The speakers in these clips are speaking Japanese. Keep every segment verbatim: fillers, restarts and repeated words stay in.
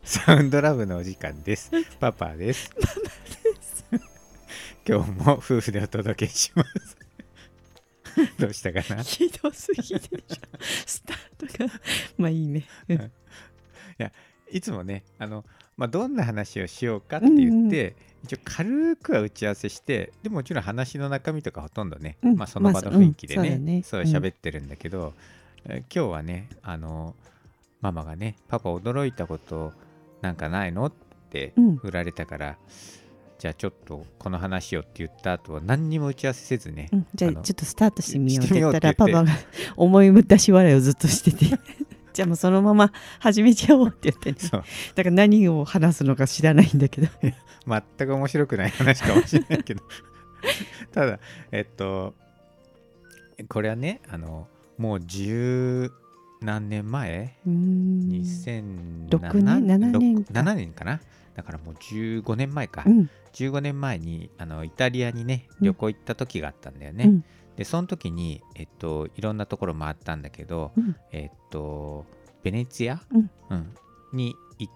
サウンドラブのお時間です。パパです。 ママです。 今日も夫婦でお届けします。どうしたかな。 ひどすぎでしょ。スタートがまあいいね。うん、いやいつもねあの、まあ、どんな話をしようかって言って、うんうん、一応軽くは打ち合わせして、でもちろん話の中身とかほとんどね、うん、まあ、その場の雰囲気でね、まあ、そう喋ってるんだけど、うん、今日はねあのママがねパパ驚いたことなんかないのって振られたから、うん、じゃあちょっとこの話をって言った後は何にも打ち合わせせずね、うん、 じゃあちょっとスタートしてみようって言ったらパパが思い出し笑いをずっとしててじゃあもうそのまま始めちゃおうって言ってね。そうだから何を話すのか知らないんだけど全く面白くない話かもしれないけどただえっとこれはねあのもう十何年前にせんななねんななねんかなななねんかな。だからもうじゅうごねんまえか、うん、じゅうごねんまえにあのイタリアにね旅行行った時があったんだよね、うん、でその時に、えっと、いろんなところ回ったんだけど、うん、えっとベネツィア、うんうん、に行って、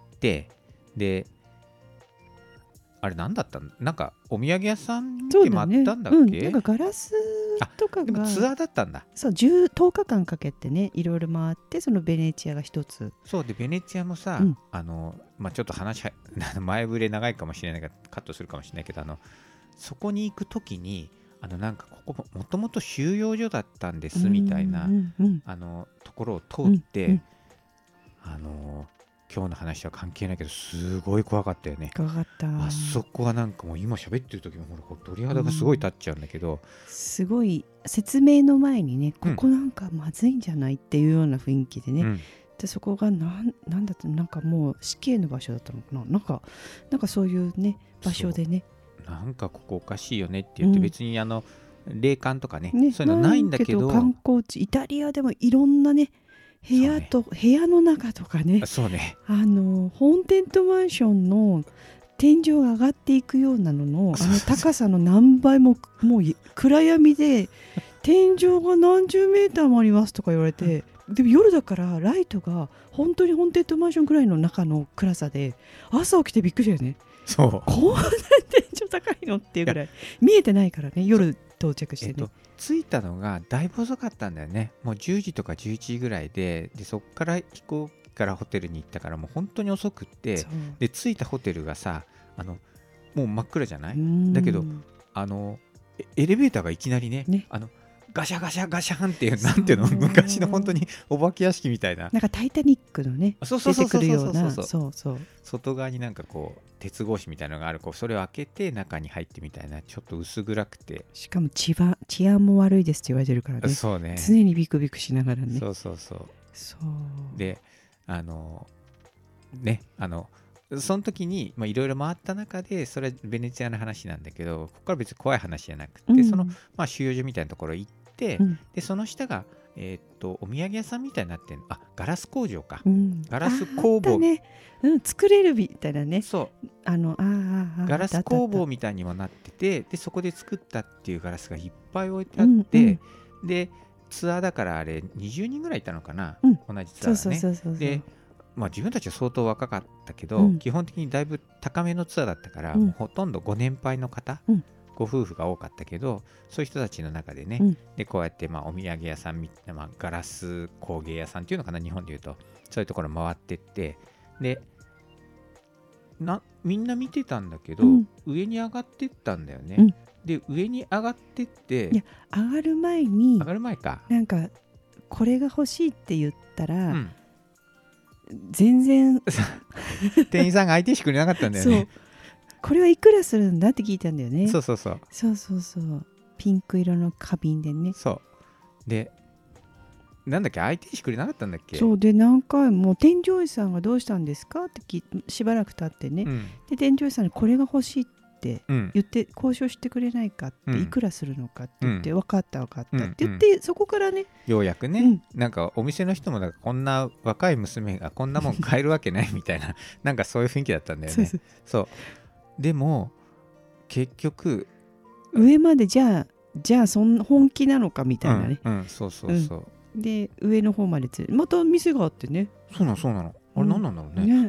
であれ何だったんなんかお土産屋さん見て回ったんだっけ、ね、 うん、なんかガラスとかがでもツアーだったんだ。 そうじゅう、とおかかんかけてねいろいろ回って、そのベネチアが一つ。 そうでベネチアもさ、うん、あのまあ、ちょっと話前触れ長いかもしれないからカットするかもしれないけど、あのそこに行く時にあのなんかここもともと収容所だったんですみたいな、うんうん、あのところを通って、うんうん、あの今日の話は関係ないけどすごい怖かったよね。 怖かった。 あそこはなんかもう今喋ってる時もほらこう鳥肌がすごい立っちゃうんだけど、うん、 すごい説明の前にねここなんかまずいんじゃないっていうような雰囲気でね、うん、でそこがなんなんだってなんかもう死刑の場所だったのかな、なんかなんかそういうね場所でね、 なんかここおかしいよねって言って、うん、別にあの霊感とか ね, ねそういうのないんだけど、 観光地イタリアでもいろんなね部屋と、ね、部屋の中とかね、 そうね、 あのホーンテッドマンションの天井が上がっていくようなののあの高さの何倍ももう暗闇で天井が何十メーターもありますとか言われて、でも夜だからライトが本当にホーンテッドマンションぐらいの中の暗さで朝起きてびっくりだよね。 そうこんな天井高いのっていうぐらい見えてないからね、夜到着してね、えっと、 着いたのがだいぶ遅かったんだよね。もうじゅうじとかじゅういちじぐらい で, でそこから飛行機からホテルに行ったからもう本当に遅くって、で着いたホテルがさあのもう真っ暗じゃない。だけどあのエレベーターがいきなり ね, ねあのガシャガシャガシャンっていうなんていうの昔の本当にお化け屋敷みたいな、 なんかタイタニックのね出てくるような、そうそう外側になんかこう鉄格子みたいなのがある、こうそれを開けて中に入ってみたいな、ちょっと薄暗くて、 しかも治安、治安も悪いですって言われてるからね。 そうね、 常にビクビクしながらね。 そうそうそうそうであのねあのその時にいろいろ回った中で、それはベネチアの話なんだけど、ここから別に怖い話じゃなくて、うん、その、まあ、収容所みたいなところ行って、うん、でその下が、えー、っとお土産屋さんみたいになってる、あガラス工場か、うん、ガラス工房、 ね、うん、作れるみたいなね、 そうあのああガラス工房みたいにもなってて、でそこで作ったっていうガラスがいっぱい置いてあって、うんうん、でツアーだからあれにじゅうにんぐらいいたのかな、うん、同じツアーがね。そうそうそうそうでまあ、自分たちは相当若かったけど、うん、基本的にだいぶ高めのツアーだったから、うん、もうほとんどご年配の方、うん、ご夫婦が多かったけど、そういう人たちの中でね、うん、でこうやってまあお土産屋さん、まあ、ガラス工芸屋さんっていうのかな、日本でいうとそういうところ回ってって、でなみんな見てたんだけど、うん、上に上がってったんだよね、うん、で上に上がってって、 いや上がる前に上がる前かなんかこれが欲しいって言ったら、うん全然店員さんが相手してくれなかったんだよね。そうこれはいくらするんだって聞いたんだよね。 そうそうそうそうそうそうピンク色の花瓶でね。 そうでなんだっけ相手してくれなかったんだっけ。 そうで何回も添乗員さんがどうしたんですかって聞いしばらく経ってね、うん、で添乗員さんにこれが欲しいって言って、うん、交渉してくれないかって、うん、いくらするのかって言って、うん、分かった分かったって言って、うん、そこからねようやくね、うん、なんかお店の人もなんかこんな若い娘がこんなもん買えるわけないみたいななんかそういう雰囲気だったんだよね。そうそうでも結局上までじゃあじゃあそん本気なのかみたいなね、 うんうん、そうそうそう、 うん、で上の方までつまた店があってね。 そうなのそうなのあれ何なんだろうね、うん、ね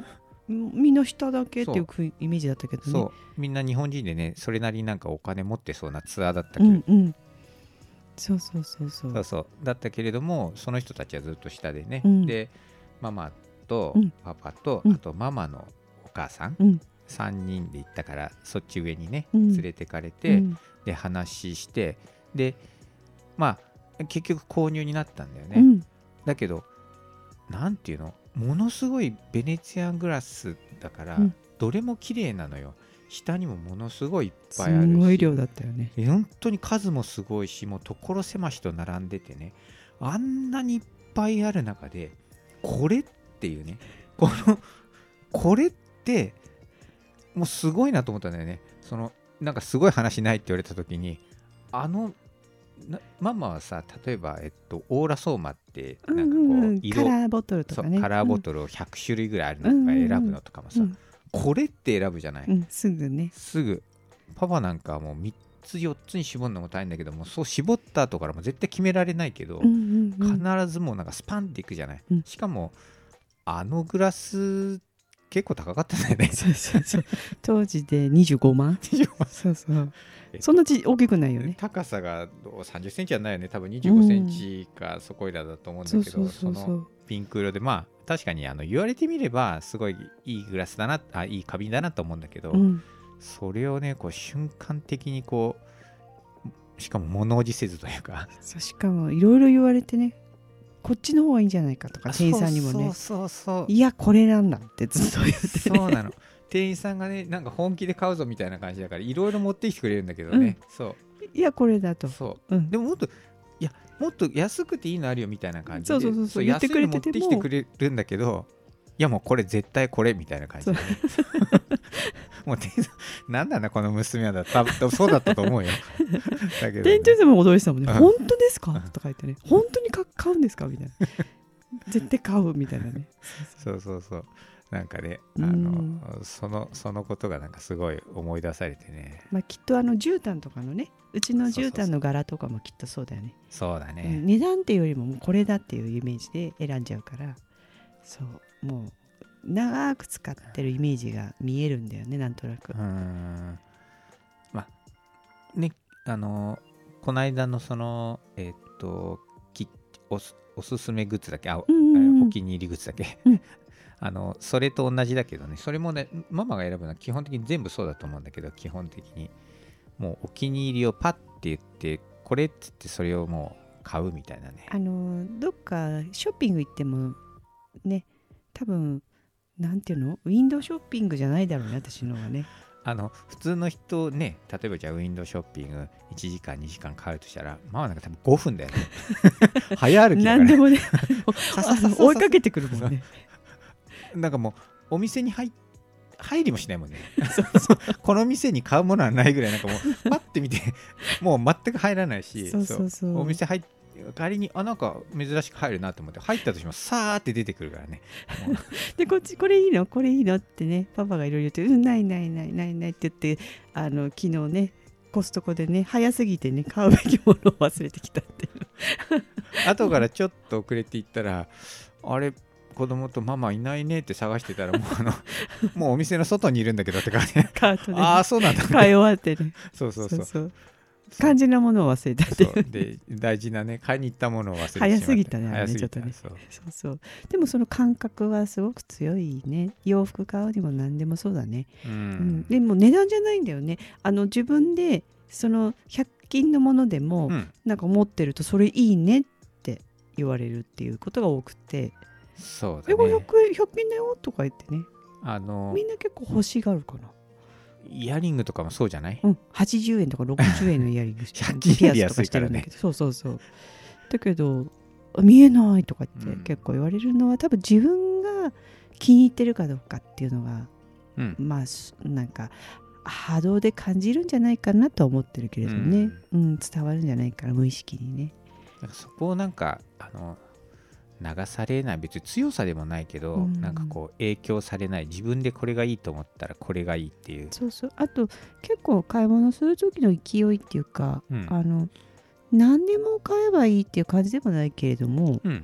みんな下だけっていうイメージだったけどね。 そうみんな日本人でねそれなりになんかお金持ってそうなツアーだったけど、うんうん、そうそうそうそうそうそうだったけれどもその人たちはずっと下でね、 うん、 でママとパパと、 うん、 あとママのお母さん、 うん、 さんにんで行ったからそっち上にね、 うん、 連れてかれて、 うん、 で話してでまあ結局購入になったんだよね、 うん、 だけどなんていうのものすごいベネツィアングラスだから、うん、どれも綺麗なのよ。下にもものすごいいっぱいあるし、 すごい量だったよね。 本当に数もすごいし、もう所狭しと並んでてね、あんなにいっぱいある中でこれっていうね、このこれってもうすごいなと思ったんだよね。そのなんかすごい話ないって言われた時に、あのママはさ、例えば、えっと、オーラソーマってなんかこう、うんうん、 色カラーボトルとかね、 カラーボトルをひゃくしゅるいぐらいあるのとか選ぶのとかもさ、うんうんうん、これって選ぶじゃない、 うん、すぐねすぐパパなんかはもうみっつよっつに絞るのも大変だけども、そう絞った後からも絶対決められないけど、うんうんうん、必ずもうなんかスパンっていくじゃない、うん、しかもあのグラス結構高かったんだよね。 そうそうそう当時でにじゅうごまんそうそうそんな大きくないよね。 高さがさんじゅっセンチはないよね。多分にじゅうごセンチかそこいらだと思うんだけど、そのピンク色で、まあ確かにあの言われてみればすごいいいグラスだな、あいい花瓶だなと思うんだけど、うん、それをねこう瞬間的にこうしかも物おじせずというか、 そうしかもいろいろ言われてね、こっちの方がいいんじゃないかとか店員さんにもね、 そうそうそういやこれなんだってずっと言って、ね、 そうなの。店員さんがねなんか本気で買うぞみたいな感じだからいろいろ持ってきてくれるんだけどね、うん、そういやこれだとそう、うん、でももっといやもっと安くていいのあるよみたいな感じで、そうそうそうそう安いの持ってきてくれるんだけど、いやもうこれ絶対これみたいな感じで、ね、もう店員さんなんだなこの娘はだ多分そうだったと思うよだけど、ね、 店長さんも驚いてたもんね、うん、本当ですかとか言ってね、本当に買うんですかみたいな絶対買うみたいなねそうそうそうなんかね、あのそのそのことがなんかすごい思い出されてね、 まあ、きっとあの絨毯とかのね、うちの絨毯の柄とかもきっとそうだよね。 そうだね、 うん、値段っていうよりももうこれだっていうイメージで選んじゃうから、そうもう長く使ってるイメージが見えるんだよね、なんとなく。うーんまあね、あのこの間のそのえー、っとき お, おすすめグッズだっけ、あ、うんうん、お気に入りグッズだっけ、うんあのそれと同じだけどね、それもねママが選ぶのは基本的に全部そうだと思うんだけど、基本的にもうお気に入りをパッて言ってこれって言ってそれをもう買うみたいなね。 あのどっかショッピング行ってもね、多分なんていうのウィンドウショッピングじゃないだろうね、私のはね。 あの普通の人ね、例えばじゃあウィンドウショッピングいちじかんにじかんかかるとしたら、ママなんか多分ごふんだよね早歩きだから、ね、 何でもね追いかけてくるもんねなんかもうお店に 入, 入りもしないもんねそうそうこの店に買うものはないぐらい、なんかもうパッて見てもう全く入らないし、そうそうそうお店入っ仮にあなんか珍しく入るなと思って入ったとします、さーって出てくるからねでこっちこれいいのこれいいのってね、パパがいろいろ言って、うんないないないないないって言って、あの昨日ねコストコでね早すぎてね買うべきものを忘れてきたっていう後からちょっと遅れていったらあれ子供とママいないねって探してたらもうあのもうお店の外にいるんだけどって感じでカートで、ね、 ああそうなんだ、ね、 買い終わってねそうそうそうそうそう肝心なものを忘れたってそうで大事なね買いに行ったものを忘れてしまって早すぎたね、あれねちょっとねそうそうそうでもその感覚はすごく強いね。洋服買うにも何でもそうだね、うん、うん、でも値段じゃないんだよね。あの自分でそのひゃく均のものでも、うん、なんか持ってるとそれいいねって言われるっていうことが多くて、 そうだね、 ひゃくえん、ひゃく均だよとか言ってね、 あのみんな結構欲しがるかな。 イヤリングとかもそうじゃない、 うん、はちじゅうえんとかろくじゅうえんのイヤリングしてピアスとかしてるんだけど、 そうそうそうだけど見えないとかって結構言われるのは、うん、多分自分が気に入ってるかどうかっていうのが、うん、まあなんか波動で感じるんじゃないかなとは思ってるけれどね、うん、うん、伝わるんじゃないかな、無意識にね。 そこをなんかあの流されない、別に強さでもないけど、うん、なんかこう影響されない、自分でこれがいいと思ったらこれがいいっていう、 そうそう、あと結構買い物する時の勢いっていうか、うん、あの何でも買えばいいっていう感じでもないけれども、うん、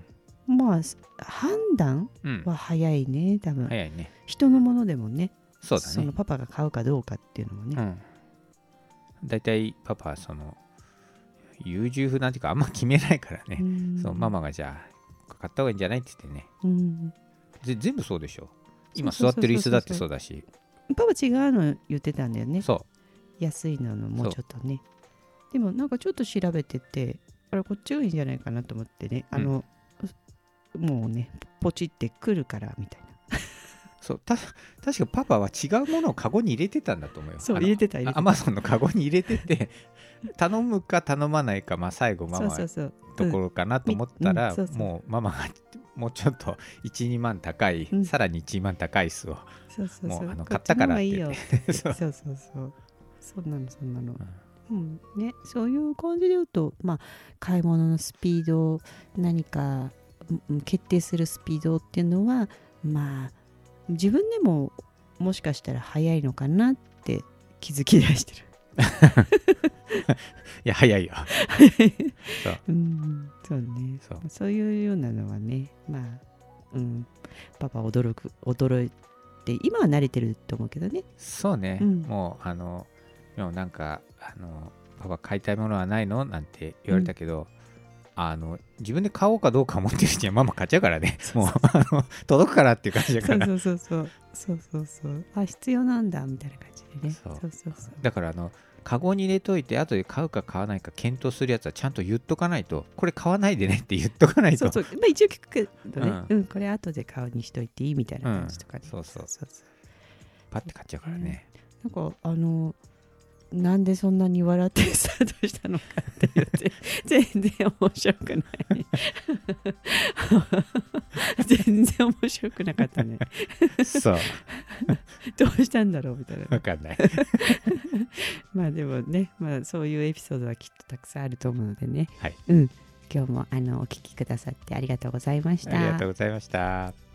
まあ判断は早いね、うん、多分早いね。 人のものでもね。 そうだね。 そのパパが買うかどうかっていうのもね、 うん、だいたいパパはその優柔不断っていうかあんま決めないからね、うん、そうママがじゃあ買った方がいいんじゃないって言ってね、うん、で全部そうでしょ。今座ってる椅子だってそうだし、 パパ違うの言ってたんだよね。 そう安いののもうちょっとね。でもなんかちょっと調べてて、あれこっちがいいんじゃないかなと思ってね、あの、うん、もうねポチってくるからみたいな。 そうた確かパパは違うものをカゴに入れてたんだと思うよ。 そう入れてた入れてた。 アマゾンのカゴに入れてて頼むか頼まないか、まあ、最後ママのところかなと思ったら、もうママがもうちょっといち、にまん高い、うん、さらにいち、にまん高い椅子をそうそうそう、 もうあの買ったからって言ってそうそうそうそうそうなのそうなの、うんうんね、そういう感じで言うと、まあ、買い物のスピード、何か決定するスピードっていうのはまあ自分でももしかしたら早いのかなって気づき出してるいや早いよそう、うん、そうねそう、そういうようなのはね、まあ、うん、パパ驚く驚いて今は慣れてると思うけどね。 そうね、うん、もうあのもうなんかあのパパ買いたいものはないのなんて言われたけど、うん、あの自分で買おうかどうか思ってるうちにはママ買っちゃうからね。もうあの届くからっていう感じだから。 そうそうそうそうそうそうあ必要なんだみたいな感じでね。そうそうそうだからあのカゴに入れといて後で買うか買わないか検討するやつはちゃんと言っとかないと、これ買わないでねって言っとかないと。 そうそう、まあ、一応聞くけどね、うん、うん、これ後で買うにしといていいみたいな感じとかね、 うん、そうそうそうそうパッて買っちゃうからね、 うん、なんかあのなんでそんなに笑ってスタートしたのかって言って全然面白くない全然面白くなかったねそうどうしたんだろうみたいな分かんないまあでもね、まあ、そういうエピソードはきっとたくさんあると思うのでね、 はい、 うん、今日もあのお聞きくださってありがとうございました。 ありがとうございました。